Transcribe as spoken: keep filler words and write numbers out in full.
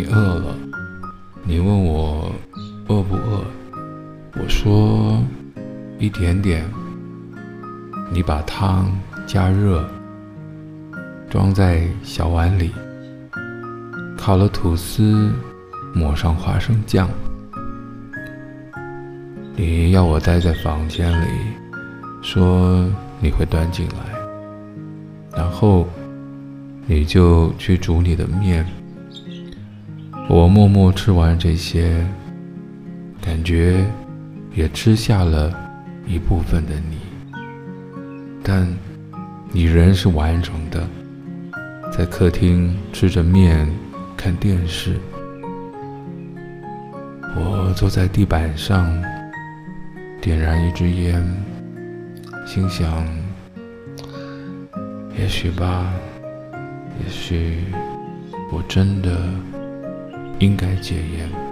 饿了，你问我饿不饿，我说一点点。你把汤加热，装在小碗里，烤了吐司，抹上花生酱。你要我待在房间里，说你会端进来，然后你就去煮你的面。我默默吃完这些，感觉也吃下了一部分的你，但你仍是完整的，在客厅吃着面看电视。我坐在地板上，点燃一支烟，心想，也许吧，也许我真的应该戒烟。